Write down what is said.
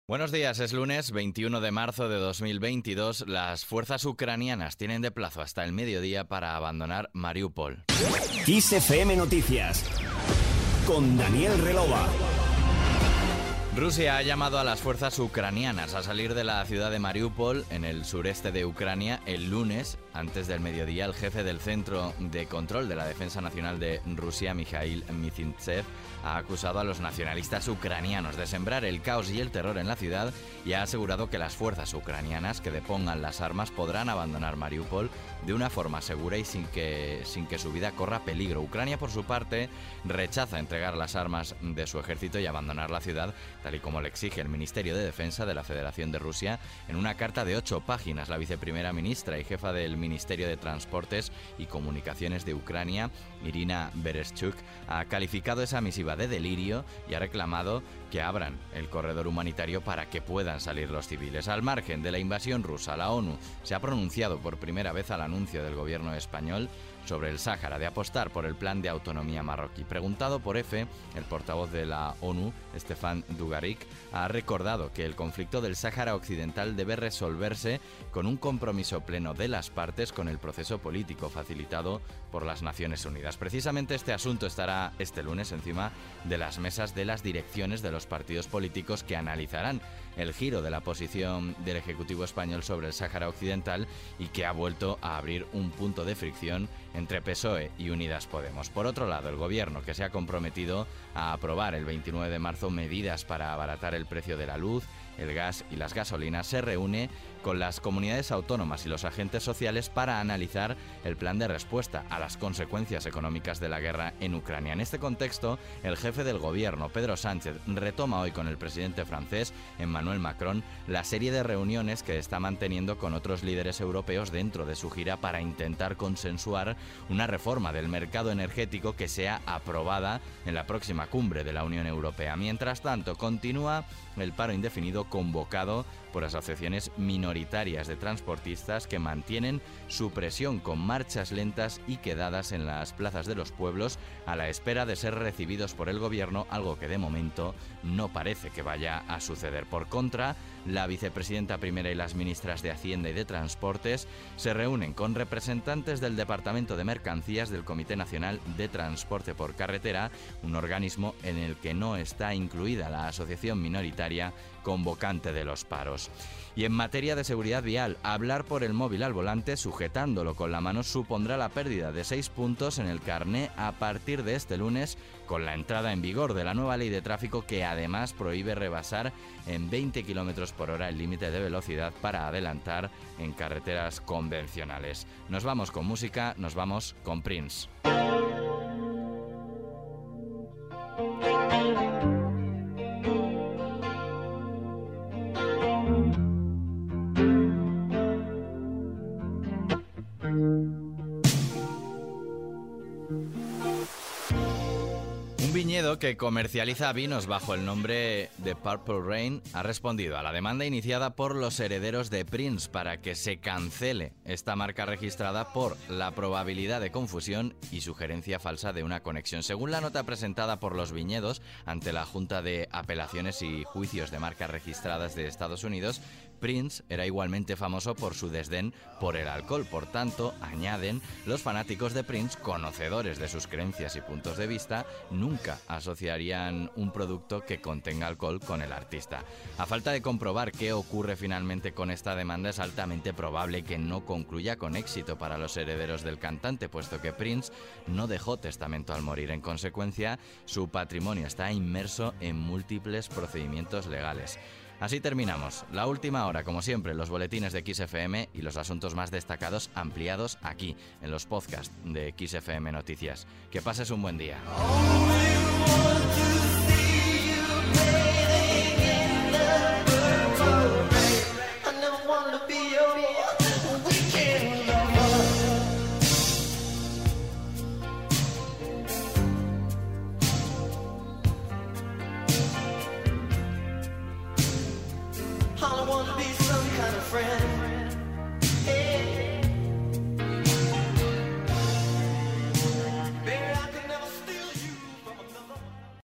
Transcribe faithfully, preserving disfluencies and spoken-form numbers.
Buenos días, es lunes veintiuno de marzo de dos mil veintidós. Las fuerzas ucranianas tienen de plazo hasta el mediodía para abandonar Mariupol. Kiss F M Noticias con Daniel Relova. Rusia ha llamado a las fuerzas ucranianas a salir de la ciudad de Mariupol, en el sureste de Ucrania, el lunes, antes del mediodía. El jefe del Centro de Control de la Defensa Nacional de Rusia, Mikhail Mizintsev, ha acusado a los nacionalistas ucranianos de sembrar el caos y el terror en la ciudad y ha asegurado que las fuerzas ucranianas que depongan las armas podrán abandonar Mariupol de una forma segura y sin que, sin que su vida corra peligro. Ucrania, por su parte, rechaza entregar las armas de su ejército y abandonar la ciudad, tal y como le exige el Ministerio de Defensa de la Federación de Rusia en una carta de ocho páginas. La viceprimera ministra y jefa del Ministerio de Transportes y Comunicaciones de Ucrania, Irina Vereshchuk, ha calificado esa misiva de delirio y ha reclamado que abran el corredor humanitario para que puedan salir los civiles. Al margen de la invasión rusa, la ONU se ha pronunciado por primera vez al anuncio del gobierno español sobre el Sáhara de apostar por el plan de autonomía marroquí. Preguntado por EFE, el portavoz de la ONU, Stefan Dujarric, ha recordado que el conflicto del Sáhara Occidental debe resolverse con un compromiso pleno de las partes con el proceso político facilitado por las Naciones Unidas. Precisamente este asunto estará este lunes encima de las mesas de las direcciones de los partidos políticos que analizarán el giro de la posición del Ejecutivo español sobre el Sáhara Occidental y que ha vuelto a abrir un punto de fricción entre P S O E y Unidas Podemos. Por otro lado, el gobierno, que se ha comprometido a aprobar el veintinueve de marzo medidas para abaratar el precio de la luz, el gas y las gasolinas, se reúne con las comunidades autónomas y los agentes sociales para analizar el plan de respuesta a las consecuencias económicas de la guerra en Ucrania. En este contexto, el jefe del gobierno, Pedro Sánchez, retoma hoy con el presidente francés, Emmanuel Macron, la serie de reuniones que está manteniendo con otros líderes europeos dentro de su gira para intentar consensuar una reforma del mercado energético que sea aprobada en la próxima cumbre de la Unión Europea. Mientras tanto, continúa el paro indefinido convocado por asociaciones minoritarias de transportistas que mantienen su presión con marchas lentas y quedadas en las plazas de los pueblos a la espera de ser recibidos por el gobierno, algo que de momento no parece que vaya a suceder. Por contra, la vicepresidenta primera y las ministras de Hacienda y de Transportes se reúnen con representantes del Departamento de Mercancías del Comité Nacional de Transporte por Carretera, un organismo en el que no está incluida la asociación minoritaria convocante de los paros. Y en materia de seguridad vial, hablar por el móvil al volante sujetándolo con la mano supondrá la pérdida de seis puntos en el carné a partir de este lunes, con la entrada en vigor de la nueva ley de tráfico que además prohíbe rebasar en veinte kilómetros por hora el límite de velocidad para adelantar en carreteras convencionales. Nos vamos con música, nos vamos con Prince. Un viñedo que comercializa vinos bajo el nombre de Purple Rain ha respondido a la demanda iniciada por los herederos de Prince para que se cancele esta marca registrada por la probabilidad de confusión y sugerencia falsa de una conexión. Según la nota presentada por los viñedos ante la Junta de Apelaciones y Juicios de Marcas Registradas de Estados Unidos, Prince era igualmente famoso por su desdén por el alcohol. Por tanto, añaden, los fanáticos de Prince, conocedores de sus creencias y puntos de vista, nunca asociarían un producto que contenga alcohol con el artista. A falta de comprobar qué ocurre finalmente con esta demanda, es altamente probable que no concluya con éxito para los herederos del cantante, puesto que Prince no dejó testamento al morir. En consecuencia, su patrimonio está inmerso en múltiples procedimientos legales. Así terminamos. La última hora, como siempre, los boletines de Kiss F M y los asuntos más destacados ampliados aquí, en los podcasts de Kiss F M Noticias. Que pases un buen día. I wanna be some kind of friend.